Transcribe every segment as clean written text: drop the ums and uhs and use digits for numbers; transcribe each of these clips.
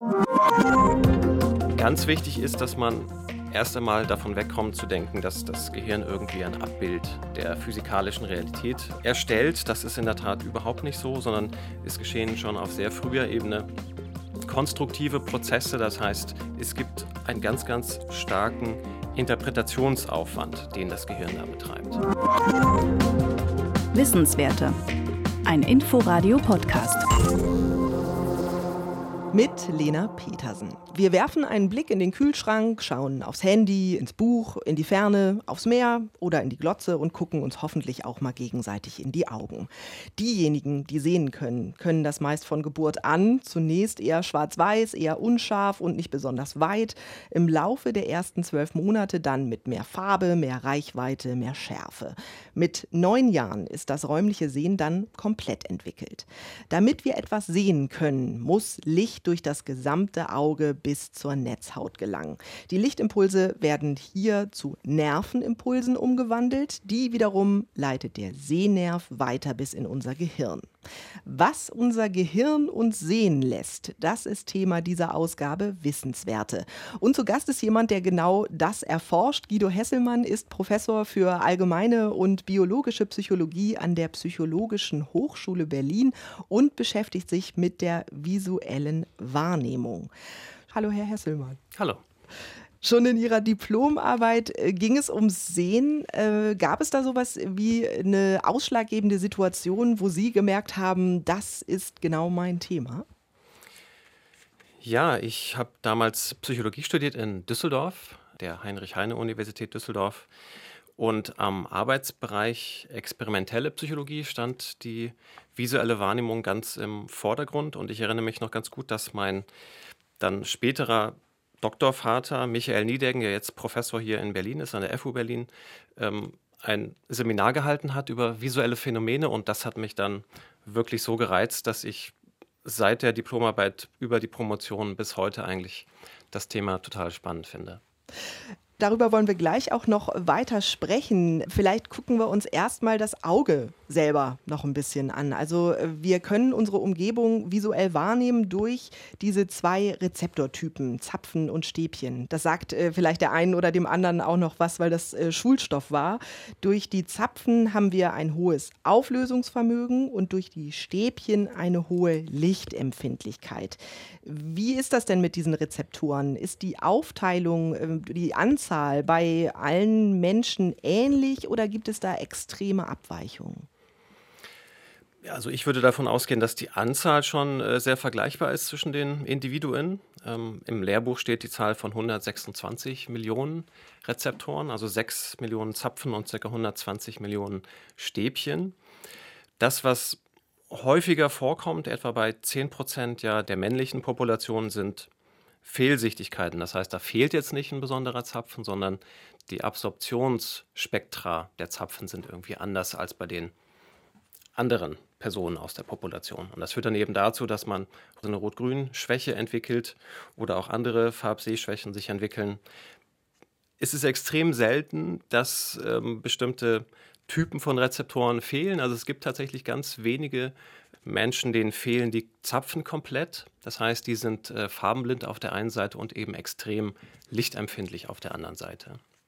Ganz wichtig ist, dass man erst einmal davon wegkommt zu denken, dass das Gehirn irgendwie ein Abbild der physikalischen Realität erstellt. Das ist in der Tat überhaupt nicht so, sondern es geschehen schon auf sehr früher Ebene konstruktive Prozesse. Das heißt, es gibt einen ganz, ganz starken Interpretationsaufwand, den das Gehirn da betreibt. Wissenswerte. Ein Inforadio-Podcast. Mit Lena Petersen. Wir werfen einen Blick in den Kühlschrank, schauen aufs Handy, ins Buch, in die Ferne, aufs Meer oder in die Glotze und gucken uns hoffentlich auch mal gegenseitig in die Augen. Diejenigen, die sehen können, können das meist von Geburt an. Zunächst eher schwarz-weiß, eher unscharf und nicht besonders weit. Im Laufe der ersten 12 Monate dann mit mehr Farbe, mehr Reichweite, mehr Schärfe. Mit 9 Jahren ist das räumliche Sehen dann komplett entwickelt. Damit wir etwas sehen können, muss Licht durch das gesamte Auge bis zur Netzhaut gelangen. Die Lichtimpulse werden hier zu Nervenimpulsen umgewandelt. Die wiederum leitet der Sehnerv weiter bis in unser Gehirn. Was unser Gehirn uns sehen lässt, das ist Thema dieser Ausgabe Wissenswerte. Und zu Gast ist jemand, der genau das erforscht. Guido Hesselmann ist Professor für allgemeine und biologische Psychologie an der Psychologischen Hochschule Berlin und beschäftigt sich mit der visuellen Wahrnehmung. Hallo, Herr Hesselmann. Hallo. Schon in Ihrer Diplomarbeit ging es ums Sehen. Gab es da sowas wie eine ausschlaggebende Situation, wo Sie gemerkt haben, das ist genau mein Thema? Ja, ich habe damals Psychologie studiert in Düsseldorf, der Heinrich-Heine-Universität Düsseldorf. Und am Arbeitsbereich experimentelle Psychologie stand die visuelle Wahrnehmung ganz im Vordergrund. Und ich erinnere mich noch ganz gut, dass mein dann späterer Doktorvater Michael Niedeggen, der jetzt Professor hier in Berlin ist, an der FU Berlin, ein Seminar gehalten hat über visuelle Phänomene. Und das hat mich dann wirklich so gereizt, dass ich seit der Diplomarbeit über die Promotion bis heute eigentlich das Thema total spannend finde. Darüber wollen wir gleich auch noch weiter sprechen. Vielleicht gucken wir uns erstmal das Auge selber noch ein bisschen an. Also wir können unsere Umgebung visuell wahrnehmen durch diese 2 Rezeptortypen, Zapfen und Stäbchen. Das sagt vielleicht der einen oder dem anderen auch noch was, weil das Schulstoff war. Durch die Zapfen haben wir ein hohes Auflösungsvermögen und durch die Stäbchen eine hohe Lichtempfindlichkeit. Wie ist das denn mit diesen Rezeptoren? Ist die Aufteilung, die Anzahl bei allen Menschen ähnlich oder gibt es da extreme Abweichungen? Also ich würde davon ausgehen, dass die Anzahl schon sehr vergleichbar ist zwischen den Individuen. Im Lehrbuch steht die Zahl von 126 Millionen Rezeptoren, also 6 Millionen Zapfen und ca. 120 Millionen Stäbchen. Das, was häufiger vorkommt, etwa bei 10% ja, der männlichen Population, sind Fehlsichtigkeiten. Das heißt, da fehlt jetzt nicht ein besonderer Zapfen, sondern die Absorptionsspektra der Zapfen sind irgendwie anders als bei den anderen Personen aus der Population. Und das führt dann eben dazu, dass man so eine Rot-Grün-Schwäche entwickelt oder auch andere Farbsehschwächen sich entwickeln. Es ist extrem selten, dass bestimmte Typen von Rezeptoren fehlen. Also es gibt tatsächlich ganz wenige Menschen, denen fehlen die Zapfen komplett. Das heißt, die sind farbenblind auf der einen Seite und eben extrem lichtempfindlich auf der anderen Seite.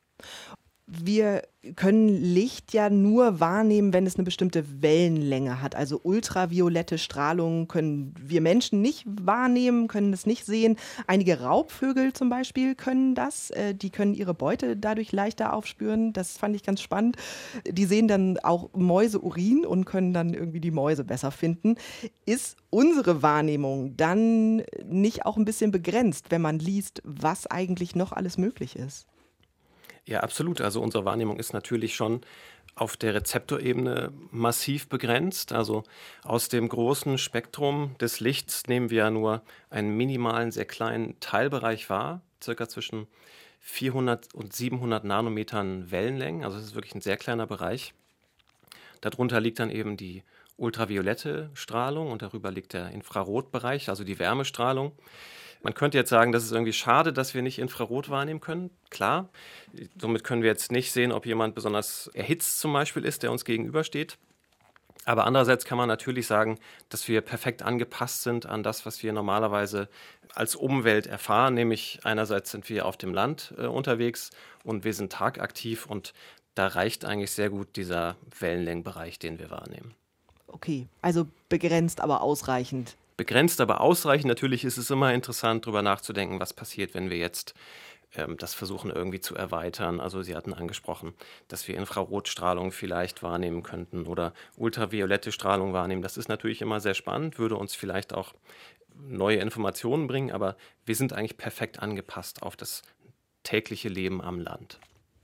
Wir können Licht ja nur wahrnehmen, wenn es eine bestimmte Wellenlänge hat. Also ultraviolette Strahlung können wir Menschen nicht wahrnehmen, können es nicht sehen. Einige Raubvögel zum Beispiel können das. Die können ihre Beute dadurch leichter aufspüren. Das fand ich ganz spannend. Die sehen dann auch Mäuseurin und können dann irgendwie die Mäuse besser finden. Ist unsere Wahrnehmung dann nicht auch ein bisschen begrenzt, wenn man liest, was eigentlich noch alles möglich ist? Ja, absolut. Also unsere Wahrnehmung ist natürlich schon auf der Rezeptorebene massiv begrenzt. Also aus dem großen Spektrum des Lichts nehmen wir ja nur einen minimalen, sehr kleinen Teilbereich wahr, circa zwischen 400 und 700 Nanometern Wellenlängen. Also das ist wirklich ein sehr kleiner Bereich. Darunter liegt dann eben die ultraviolette Strahlung und darüber liegt der Infrarotbereich, also die Wärmestrahlung. Man könnte jetzt sagen, das ist irgendwie schade, dass wir nicht Infrarot wahrnehmen können. Klar, somit können wir jetzt nicht sehen, ob jemand besonders erhitzt zum Beispiel ist, der uns gegenübersteht. Aber andererseits kann man natürlich sagen, dass wir perfekt angepasst sind an das, was wir normalerweise als Umwelt erfahren, nämlich einerseits sind wir auf dem Land unterwegs und wir sind tagaktiv und da reicht eigentlich sehr gut dieser Wellenlängenbereich, den wir wahrnehmen. Okay, also begrenzt, aber ausreichend. Begrenzt, aber ausreichend. Natürlich ist es immer interessant, darüber nachzudenken, was passiert, wenn wir jetzt das versuchen irgendwie zu erweitern. Also Sie hatten angesprochen, dass wir Infrarotstrahlung vielleicht wahrnehmen könnten oder ultraviolette Strahlung wahrnehmen. Das ist natürlich immer sehr spannend, würde uns vielleicht auch neue Informationen bringen, aber wir sind eigentlich perfekt angepasst auf das tägliche Leben am Land.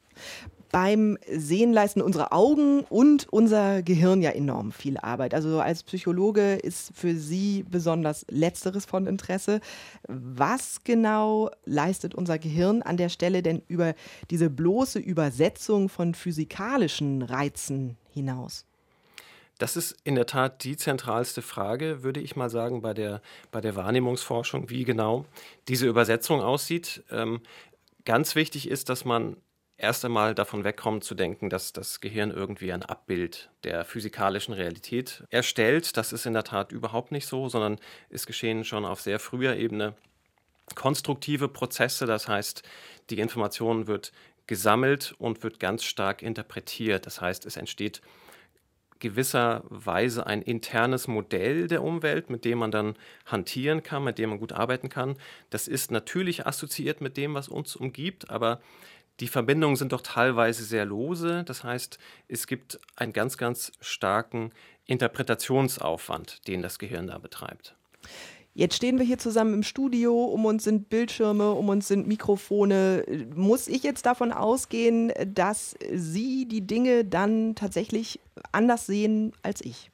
Beim Sehen leisten unsere Augen und unser Gehirn ja enorm viel Arbeit. Also als Psychologe ist für Sie besonders Letzteres von Interesse. Was genau leistet unser Gehirn an der Stelle denn über diese bloße Übersetzung von physikalischen Reizen hinaus? Das ist in der Tat die zentralste Frage, würde ich mal sagen, bei der Wahrnehmungsforschung, wie genau diese Übersetzung aussieht. Ganz wichtig ist, dass man erst einmal davon wegkommt zu denken, dass das Gehirn irgendwie ein Abbild der physikalischen Realität erstellt. Das ist in der Tat überhaupt nicht so, sondern es geschehen schon auf sehr früher Ebene konstruktive Prozesse. Das heißt, die Information wird gesammelt und wird ganz stark interpretiert. Das heißt, es entsteht gewisserweise ein internes Modell der Umwelt, mit dem man dann hantieren kann, mit dem man gut arbeiten kann. Das ist natürlich assoziiert mit dem, was uns umgibt, aber die Verbindungen sind doch teilweise sehr lose. Das heißt, es gibt einen ganz, ganz starken Interpretationsaufwand, den das Gehirn da betreibt. Jetzt stehen wir hier zusammen im Studio, um uns sind Bildschirme, um uns sind Mikrofone. Muss ich jetzt davon ausgehen, dass Sie die Dinge dann tatsächlich anders sehen als ich?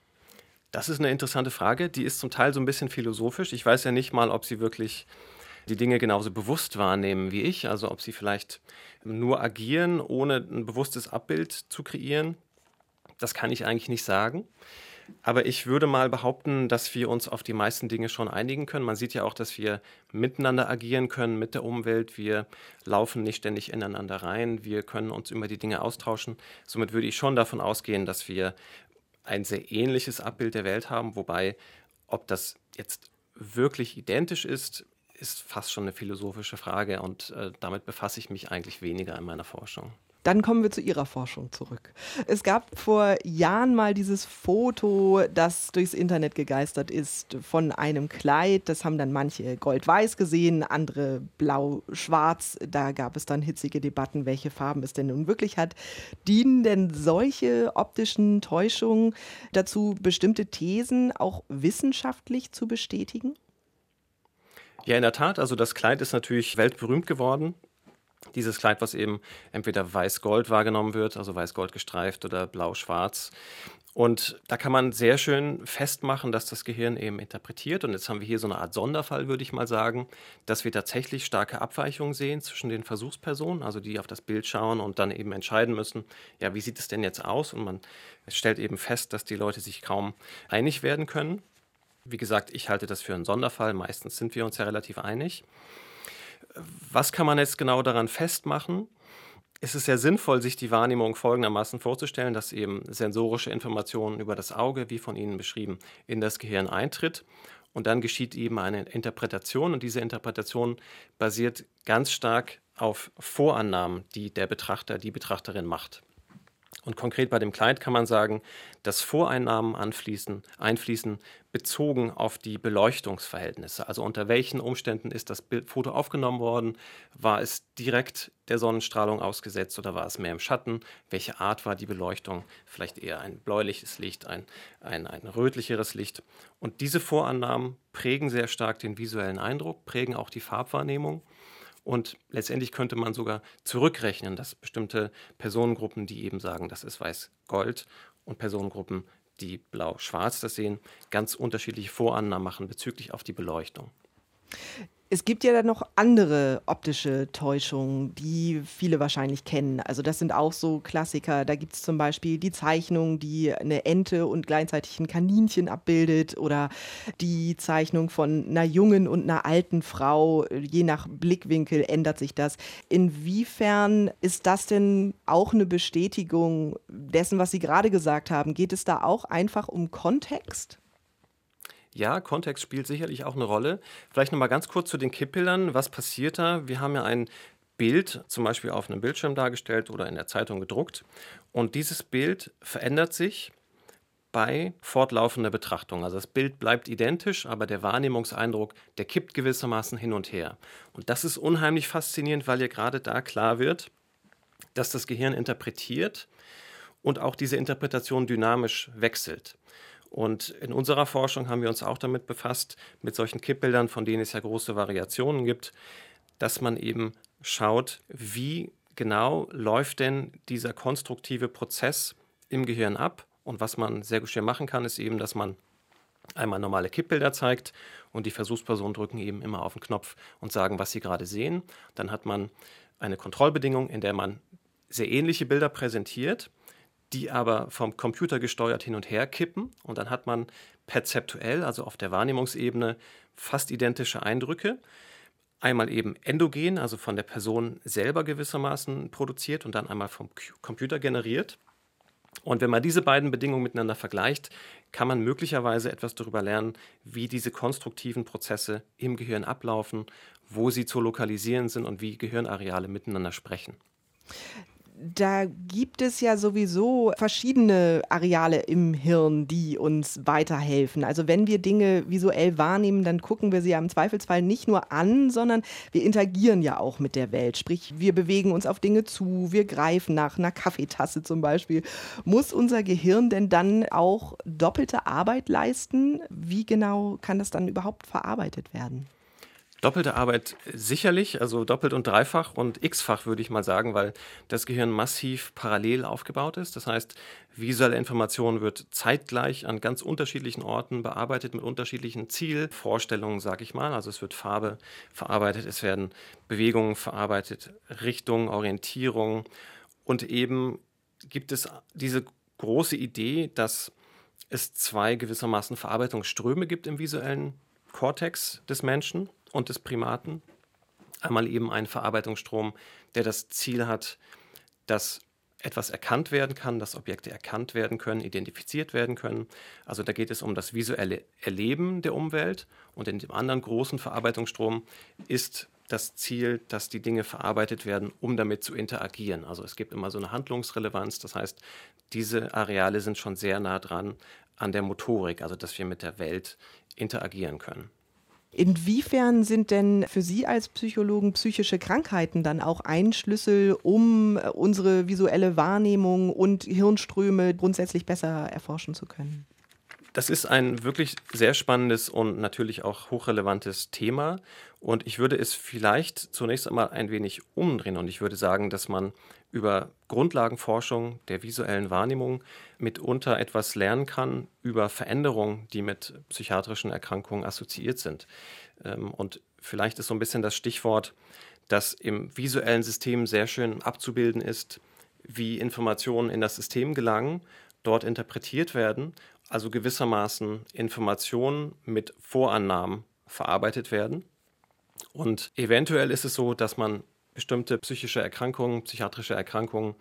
Das ist eine interessante Frage. Die ist zum Teil so ein bisschen philosophisch. Ich weiß ja nicht mal, ob Sie wirklich die Dinge genauso bewusst wahrnehmen wie ich, also ob sie vielleicht nur agieren, ohne ein bewusstes Abbild zu kreieren. Das kann ich eigentlich nicht sagen. Aber ich würde mal behaupten, dass wir uns auf die meisten Dinge schon einigen können. Man sieht ja auch, dass wir miteinander agieren können mit der Umwelt. Wir laufen nicht ständig ineinander rein. Wir können uns über die Dinge austauschen. Somit würde ich schon davon ausgehen, dass wir ein sehr ähnliches Abbild der Welt haben. Wobei, ob das jetzt wirklich identisch ist fast schon eine philosophische Frage und damit befasse ich mich eigentlich weniger in meiner Forschung. Dann kommen wir zu Ihrer Forschung zurück. Es gab vor Jahren mal dieses Foto, das durchs Internet gegeistert ist, von einem Kleid. Das haben dann manche gold-weiß gesehen, andere blau-schwarz. Da gab es dann hitzige Debatten, welche Farben es denn nun wirklich hat. Dienen denn solche optischen Täuschungen dazu, bestimmte Thesen auch wissenschaftlich zu bestätigen? Ja, in der Tat. Also das Kleid ist natürlich weltberühmt geworden. Dieses Kleid, was eben entweder weiß-gold wahrgenommen wird, also weiß-gold gestreift oder blau-schwarz. Und da kann man sehr schön festmachen, dass das Gehirn eben interpretiert. Und jetzt haben wir hier so eine Art Sonderfall, würde ich mal sagen, dass wir tatsächlich starke Abweichungen sehen zwischen den Versuchspersonen, also die auf das Bild schauen und dann eben entscheiden müssen, ja, wie sieht es denn jetzt aus? Und man stellt eben fest, dass die Leute sich kaum einig werden können. Wie gesagt, ich halte das für einen Sonderfall. Meistens sind wir uns ja relativ einig. Was kann man jetzt genau daran festmachen? Es ist sehr sinnvoll, sich die Wahrnehmung folgendermaßen vorzustellen, dass eben sensorische Informationen über das Auge, wie von Ihnen beschrieben, in das Gehirn eintritt. Und dann geschieht eben eine Interpretation. Und diese Interpretation basiert ganz stark auf Vorannahmen, die der Betrachter, die Betrachterin macht. Und konkret bei dem Kleid kann man sagen, dass Voreinnahmen einfließen bezogen auf die Beleuchtungsverhältnisse. Also unter welchen Umständen ist das Foto aufgenommen worden? War es direkt der Sonnenstrahlung ausgesetzt oder war es mehr im Schatten? Welche Art war die Beleuchtung? Vielleicht eher ein bläuliches Licht, ein rötlicheres Licht. Und diese Vorannahmen prägen sehr stark den visuellen Eindruck, prägen auch die Farbwahrnehmung. Und letztendlich könnte man sogar zurückrechnen, dass bestimmte Personengruppen, die eben sagen, das ist weiß-gold, und Personengruppen, die blau-schwarz das sehen, ganz unterschiedliche Vorannahmen machen bezüglich auf die Beleuchtung. Es gibt ja dann noch andere optische Täuschungen, die viele wahrscheinlich kennen. Also das sind auch so Klassiker. Da gibt es zum Beispiel die Zeichnung, die eine Ente und gleichzeitig ein Kaninchen abbildet oder die Zeichnung von einer jungen und einer alten Frau. Je nach Blickwinkel ändert sich das. Inwiefern ist das denn auch eine Bestätigung dessen, was Sie gerade gesagt haben? Geht es da auch einfach um Kontext? Ja, Kontext spielt sicherlich auch eine Rolle. Vielleicht nochmal ganz kurz zu den Kippbildern. Was passiert da? Wir haben ja ein Bild zum Beispiel auf einem Bildschirm dargestellt oder in der Zeitung gedruckt. Und dieses Bild verändert sich bei fortlaufender Betrachtung. Also das Bild bleibt identisch, aber der Wahrnehmungseindruck, der kippt gewissermaßen hin und her. Und das ist unheimlich faszinierend, weil ja gerade da klar wird, dass das Gehirn interpretiert und auch diese Interpretation dynamisch wechselt. Und in unserer Forschung haben wir uns auch damit befasst, mit solchen Kippbildern, von denen es ja große Variationen gibt, dass man eben schaut, wie genau läuft denn dieser konstruktive Prozess im Gehirn ab. Und was man sehr schön machen kann, ist eben, dass man einmal normale Kippbilder zeigt und die Versuchspersonen drücken eben immer auf den Knopf und sagen, was sie gerade sehen. Dann hat man eine Kontrollbedingung, in der man sehr ähnliche Bilder präsentiert, die aber vom Computer gesteuert hin und her kippen. Und dann hat man perzeptuell, also auf der Wahrnehmungsebene, fast identische Eindrücke. Einmal eben endogen, also von der Person selber gewissermaßen produziert und dann einmal vom Computer generiert. Und wenn man diese beiden Bedingungen miteinander vergleicht, kann man möglicherweise etwas darüber lernen, wie diese konstruktiven Prozesse im Gehirn ablaufen, wo sie zu lokalisieren sind und wie Gehirnareale miteinander sprechen. Da gibt es ja sowieso verschiedene Areale im Hirn, die uns weiterhelfen. Also wenn wir Dinge visuell wahrnehmen, dann gucken wir sie ja im Zweifelsfall nicht nur an, sondern wir interagieren ja auch mit der Welt. Sprich, wir bewegen uns auf Dinge zu, wir greifen nach einer Kaffeetasse zum Beispiel. Muss unser Gehirn denn dann auch doppelte Arbeit leisten? Wie genau kann das dann überhaupt verarbeitet werden? Doppelte Arbeit sicherlich, also doppelt und dreifach und x-fach würde ich mal sagen, weil das Gehirn massiv parallel aufgebaut ist. Das heißt, visuelle Information wird zeitgleich an ganz unterschiedlichen Orten bearbeitet mit unterschiedlichen Zielvorstellungen, sage ich mal. Also es wird Farbe verarbeitet, es werden Bewegungen verarbeitet, Richtung, Orientierung und eben gibt es diese große Idee, dass es zwei gewissermaßen Verarbeitungsströme gibt im visuellen Kortex des Menschen und des Primaten. Einmal eben ein Verarbeitungsstrom, der das Ziel hat, dass etwas erkannt werden kann, dass Objekte erkannt werden können, identifiziert werden können. Also da geht es um das visuelle Erleben der Umwelt und in dem anderen großen Verarbeitungsstrom ist das Ziel, dass die Dinge verarbeitet werden, um damit zu interagieren. Also es gibt immer so eine Handlungsrelevanz, das heißt, diese Areale sind schon sehr nah dran an der Motorik, also dass wir mit der Welt interagieren können. Inwiefern sind denn für Sie als Psychologen psychische Krankheiten dann auch ein Schlüssel, um unsere visuelle Wahrnehmung und Hirnströme grundsätzlich besser erforschen zu können? Das ist ein wirklich sehr spannendes und natürlich auch hochrelevantes Thema. Und ich würde es vielleicht zunächst einmal ein wenig umdrehen. Und ich würde sagen, dass man über Grundlagenforschung der visuellen Wahrnehmung mitunter etwas lernen kann über Veränderungen, die mit psychiatrischen Erkrankungen assoziiert sind. Und vielleicht ist so ein bisschen das Stichwort, dass im visuellen System sehr schön abzubilden ist, wie Informationen in das System gelangen, dort interpretiert werden, also gewissermaßen Informationen mit Vorannahmen verarbeitet werden. Und eventuell ist es so, dass man bestimmte psychische Erkrankungen, psychiatrische Erkrankungen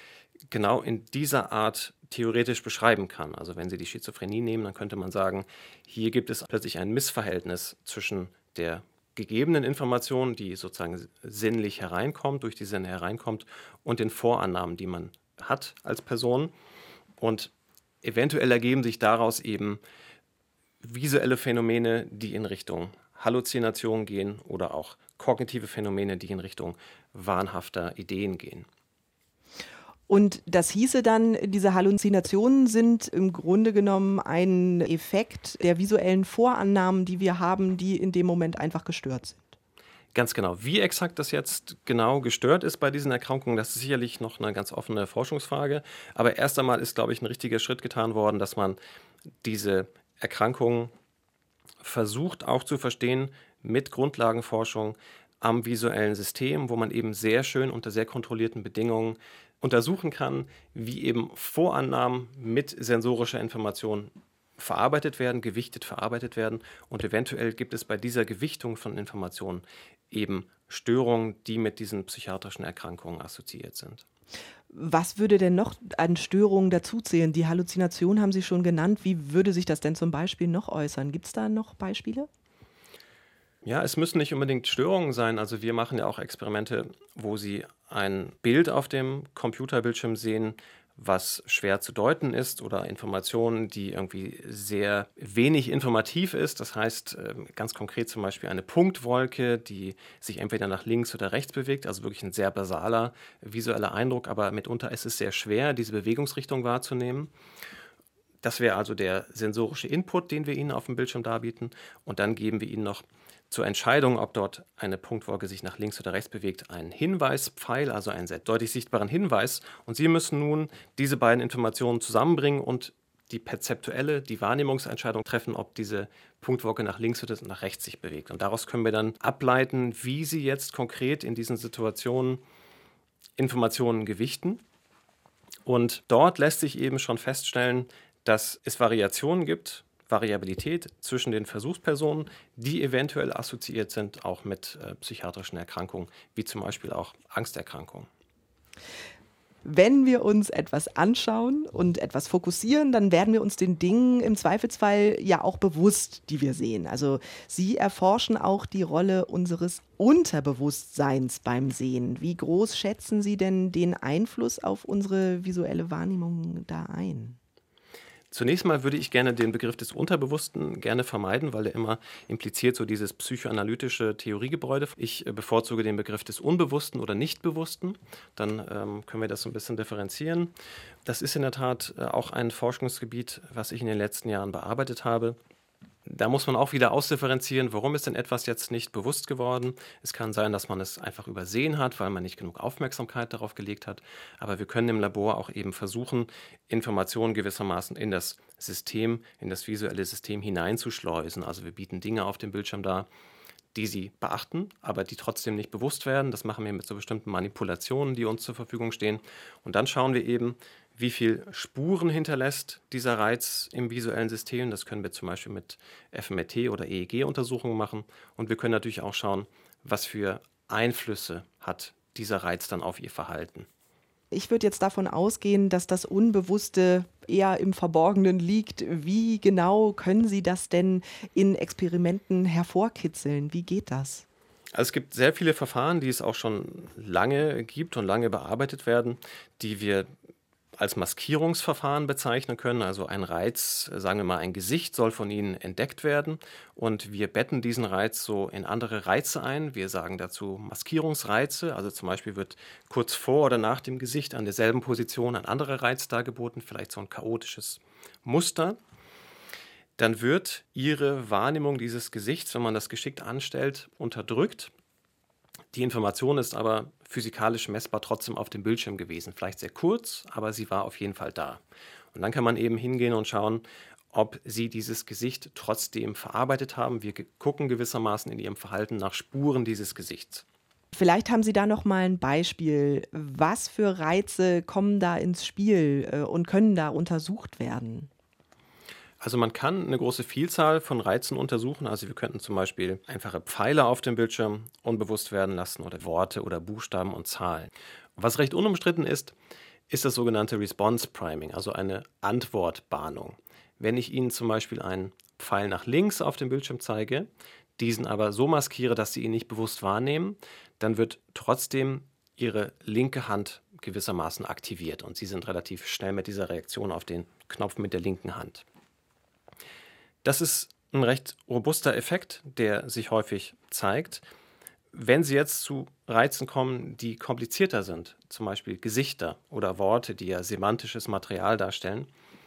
genau in dieser Art theoretisch beschreiben kann. Also wenn Sie die Schizophrenie nehmen, dann könnte man sagen, hier gibt es plötzlich ein Missverhältnis zwischen der gegebenen Information, die sozusagen sinnlich hereinkommt, durch die Sinne hereinkommt, und den Vorannahmen, die man hat als Person. Und eventuell ergeben sich daraus eben visuelle Phänomene, die in Richtung Halluzination gehen oder auch kognitive Phänomene, die in Richtung wahnhafter Ideen gehen. Und das hieße dann, diese Halluzinationen sind im Grunde genommen ein Effekt der visuellen Vorannahmen, die wir haben, die in dem Moment einfach gestört sind. Ganz genau. Wie exakt das jetzt genau gestört ist bei diesen Erkrankungen, das ist sicherlich noch eine ganz offene Forschungsfrage. Aber erst einmal ist, glaube ich, ein richtiger Schritt getan worden, dass man diese Erkrankungen versucht auch zu verstehen mit Grundlagenforschung am visuellen System, wo man eben sehr schön unter sehr kontrollierten Bedingungen untersuchen kann, wie eben Vorannahmen mit sensorischer Information verarbeitet werden, gewichtet verarbeitet werden. Und eventuell gibt es bei dieser Gewichtung von Informationen eben Störungen, die mit diesen psychiatrischen Erkrankungen assoziiert sind. Was würde denn noch an Störungen dazuzählen? Die Halluzination haben Sie schon genannt. Wie würde sich das denn zum Beispiel noch äußern? Gibt es da noch Beispiele? Ja, es müssen nicht unbedingt Störungen sein. Also wir machen ja auch Experimente, wo Sie ein Bild auf dem Computerbildschirm sehen, was schwer zu deuten ist oder Informationen, die irgendwie sehr wenig informativ ist. Das heißt, ganz konkret zum Beispiel eine Punktwolke, die sich entweder nach links oder rechts bewegt, also wirklich ein sehr basaler visueller Eindruck, aber mitunter ist es sehr schwer, diese Bewegungsrichtung wahrzunehmen. Das wäre also der sensorische Input, den wir Ihnen auf dem Bildschirm darbieten. Und dann geben wir Ihnen noch zur Entscheidung, ob dort eine Punktwolke sich nach links oder rechts bewegt, einen Hinweispfeil, also einen sehr deutlich sichtbaren Hinweis. Und Sie müssen nun diese beiden Informationen zusammenbringen und die perzeptuelle, die Wahrnehmungsentscheidung treffen, ob diese Punktwolke nach links oder nach rechts sich bewegt. Und daraus können wir dann ableiten, wie Sie jetzt konkret in diesen Situationen Informationen gewichten. Und dort lässt sich eben schon feststellen, dass es Variationen gibt, Variabilität zwischen den Versuchspersonen, die eventuell assoziiert sind auch mit psychiatrischen Erkrankungen, wie zum Beispiel auch Angsterkrankungen. Wenn wir uns etwas anschauen und etwas fokussieren, dann werden wir uns den Dingen im Zweifelsfall ja auch bewusst, die wir sehen. Also Sie erforschen auch die Rolle unseres Unterbewusstseins beim Sehen. Wie groß schätzen Sie denn den Einfluss auf unsere visuelle Wahrnehmung da ein? Zunächst mal würde ich gerne den Begriff des Unterbewussten gerne vermeiden, weil er immer impliziert so dieses psychoanalytische Theoriegebäude. Ich bevorzuge den Begriff des Unbewussten oder Nichtbewussten. Dann können wir das so ein bisschen differenzieren. Das ist in der Tat auch ein Forschungsgebiet, was ich in den letzten Jahren bearbeitet habe. Da muss man auch wieder ausdifferenzieren, warum ist denn etwas jetzt nicht bewusst geworden. Es kann sein, dass man es einfach übersehen hat, weil man nicht genug Aufmerksamkeit darauf gelegt hat. Aber wir können im Labor auch eben versuchen, Informationen gewissermaßen in das System, in das visuelle System hineinzuschleusen. Also wir bieten Dinge auf dem Bildschirm dar, die Sie beachten, aber die trotzdem nicht bewusst werden. Das machen wir mit so bestimmten Manipulationen, die uns zur Verfügung stehen. Und dann schauen wir eben, wie viel Spuren hinterlässt dieser Reiz im visuellen System. Das können wir zum Beispiel mit fMRT oder EEG-Untersuchungen machen. Und wir können natürlich auch schauen, was für Einflüsse hat dieser Reiz dann auf Ihr Verhalten. Ich würde jetzt davon ausgehen, dass das Unbewusste eher im Verborgenen liegt. Wie genau können Sie das denn in Experimenten hervorkitzeln? Wie geht das? Also es gibt sehr viele Verfahren, die es auch schon lange gibt und lange bearbeitet werden, die wir als Maskierungsverfahren bezeichnen können. Also ein Reiz, sagen wir mal ein Gesicht, soll von Ihnen entdeckt werden und wir betten diesen Reiz so in andere Reize ein. Wir sagen dazu Maskierungsreize, also zum Beispiel wird kurz vor oder nach dem Gesicht an derselben Position ein anderer Reiz dargeboten, vielleicht so ein chaotisches Muster. Dann wird Ihre Wahrnehmung dieses Gesichts, wenn man das geschickt anstellt, unterdrückt. Die Information ist aber physikalisch messbar trotzdem auf dem Bildschirm gewesen. Vielleicht sehr kurz, aber sie war auf jeden Fall da. Und dann kann man eben hingehen und schauen, ob Sie dieses Gesicht trotzdem verarbeitet haben. Wir gucken gewissermaßen in Ihrem Verhalten nach Spuren dieses Gesichts. Vielleicht haben Sie da noch mal ein Beispiel. Was für Reize kommen da ins Spiel und können da untersucht werden? Also man kann eine große Vielzahl von Reizen untersuchen. Also wir könnten zum Beispiel einfache Pfeile auf dem Bildschirm unbewusst werden lassen oder Worte oder Buchstaben und Zahlen. Und was recht unumstritten ist, ist das sogenannte Response Priming, also eine Antwortbahnung. Wenn ich Ihnen zum Beispiel einen Pfeil nach links auf dem Bildschirm zeige, diesen aber so maskiere, dass Sie ihn nicht bewusst wahrnehmen, dann wird trotzdem Ihre linke Hand gewissermaßen aktiviert und Sie sind relativ schnell mit dieser Reaktion auf den Knopf mit der linken Hand. Das ist ein recht robuster Effekt, der sich häufig zeigt. Wenn Sie jetzt zu Reizen kommen, die komplizierter sind, zum Beispiel Gesichter oder Worte, die ja semantisches Material darstellen,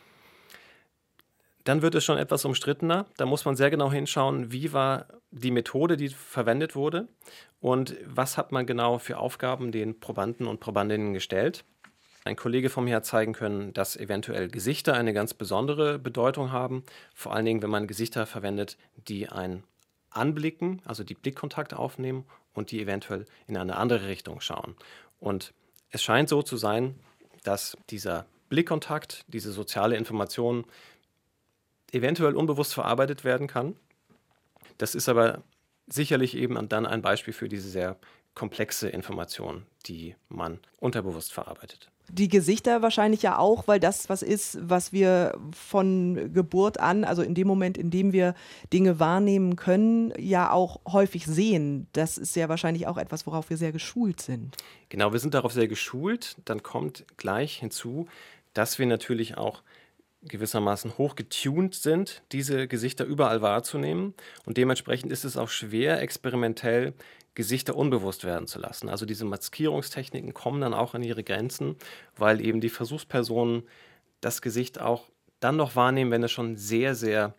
dann wird es schon etwas umstrittener. Da muss man sehr genau hinschauen, wie war die Methode, die verwendet wurde und was hat man genau für Aufgaben den Probanden und Probandinnen gestellt. Ein Kollege von mir hat zeigen können, dass eventuell Gesichter eine ganz besondere Bedeutung haben, vor allen Dingen, wenn man Gesichter verwendet, die ein Anblicken, also die Blickkontakt aufnehmen und die eventuell in eine andere Richtung schauen. Und es scheint so zu sein, dass dieser Blickkontakt, diese soziale Information eventuell unbewusst verarbeitet werden kann. Das ist aber sicherlich eben dann ein Beispiel für diese sehr komplexe Information, die man unterbewusst verarbeitet. Die Gesichter wahrscheinlich ja auch, weil das was ist, was wir von Geburt an, also in dem Moment, in dem wir Dinge wahrnehmen können, ja auch häufig sehen. Das ist ja wahrscheinlich auch etwas, worauf wir sehr geschult sind. Genau, wir sind darauf sehr geschult. Dann kommt gleich hinzu, dass wir natürlich auch gewissermaßen hochgetuned sind, diese Gesichter überall wahrzunehmen. Und dementsprechend ist es auch schwer, experimentell Gesichter unbewusst werden zu lassen. Also diese Maskierungstechniken kommen dann auch an ihre Grenzen, weil eben die Versuchspersonen das Gesicht auch dann noch wahrnehmen, wenn es schon sehr, sehr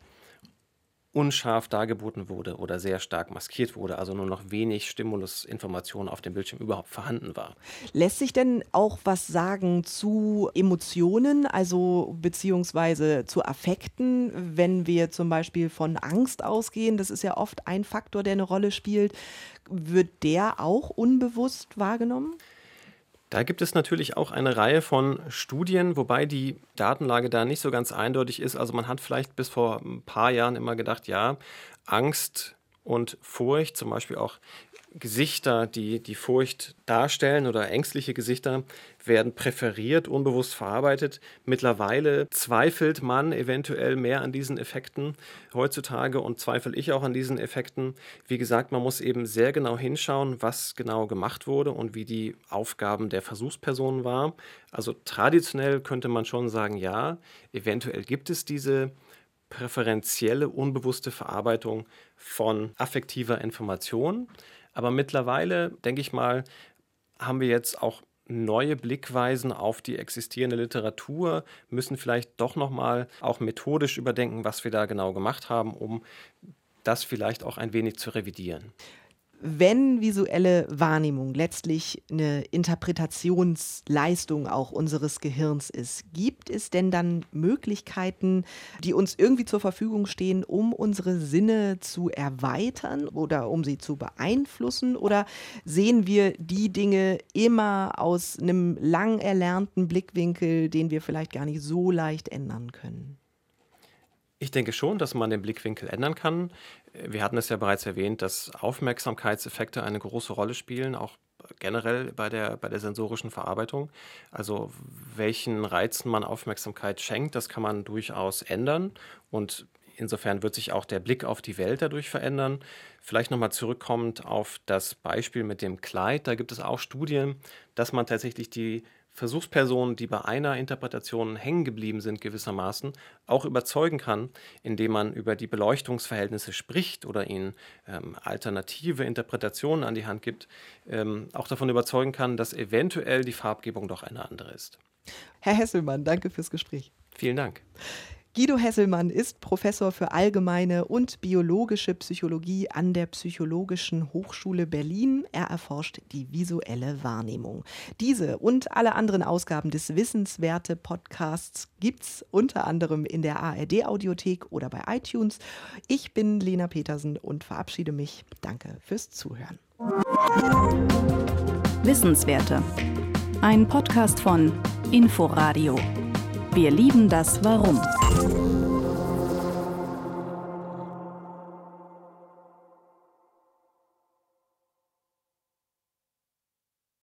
unscharf dargeboten wurde oder sehr stark maskiert wurde, also nur noch wenig Stimulusinformation auf dem Bildschirm überhaupt vorhanden war. Lässt sich denn auch was sagen zu Emotionen, also beziehungsweise zu Affekten, wenn wir zum Beispiel von Angst ausgehen? Das ist ja oft ein Faktor, der eine Rolle spielt. Wird der auch unbewusst wahrgenommen? Da gibt es natürlich auch eine Reihe von Studien, wobei die Datenlage da nicht so ganz eindeutig ist. Also man hat vielleicht bis vor ein paar Jahren immer gedacht, ja, Angst und Furcht, zum Beispiel auch Gesichter, die die Furcht darstellen oder ängstliche Gesichter, werden präferiert, unbewusst verarbeitet. Mittlerweile zweifelt man eventuell mehr an diesen Effekten heutzutage und zweifle ich auch an diesen Effekten. Wie gesagt, man muss eben sehr genau hinschauen, was genau gemacht wurde und wie die Aufgaben der Versuchspersonen war. Also traditionell könnte man schon sagen, ja, eventuell gibt es diese präferentielle, unbewusste Verarbeitung von affektiver Information. Aber mittlerweile, denke ich mal, haben wir jetzt auch neue Blickweisen auf die existierende Literatur, müssen vielleicht doch nochmal auch methodisch überdenken, was wir da genau gemacht haben, um das vielleicht auch ein wenig zu revidieren. Wenn visuelle Wahrnehmung letztlich eine Interpretationsleistung auch unseres Gehirns ist, gibt es denn dann Möglichkeiten, die uns irgendwie zur Verfügung stehen, um unsere Sinne zu erweitern oder um sie zu beeinflussen? Oder sehen wir die Dinge immer aus einem lang erlernten Blickwinkel, den wir vielleicht gar nicht so leicht ändern können? Ich denke schon, dass man den Blickwinkel ändern kann. Wir hatten es ja bereits erwähnt, dass Aufmerksamkeitseffekte eine große Rolle spielen, auch generell bei der sensorischen Verarbeitung. Also welchen Reizen man Aufmerksamkeit schenkt, das kann man durchaus ändern. Und insofern wird sich auch der Blick auf die Welt dadurch verändern. Vielleicht nochmal zurückkommend auf das Beispiel mit dem Kleid. Da gibt es auch Studien, dass man tatsächlich die Versuchspersonen, die bei einer Interpretation hängen geblieben sind gewissermaßen, auch überzeugen kann, indem man über die Beleuchtungsverhältnisse spricht oder ihnen alternative Interpretationen an die Hand gibt, auch davon überzeugen kann, dass eventuell die Farbgebung doch eine andere ist. Herr Hesselmann, danke fürs Gespräch. Vielen Dank. Guido Hesselmann ist Professor für allgemeine und biologische Psychologie an der Psychologischen Hochschule Berlin. Er erforscht die visuelle Wahrnehmung. Diese und alle anderen Ausgaben des Wissenswerte-Podcasts gibt's unter anderem in der ARD-Audiothek oder bei iTunes. Ich bin Lena Petersen und verabschiede mich. Danke fürs Zuhören. Wissenswerte. Ein Podcast von Inforadio. Wir lieben das Warum.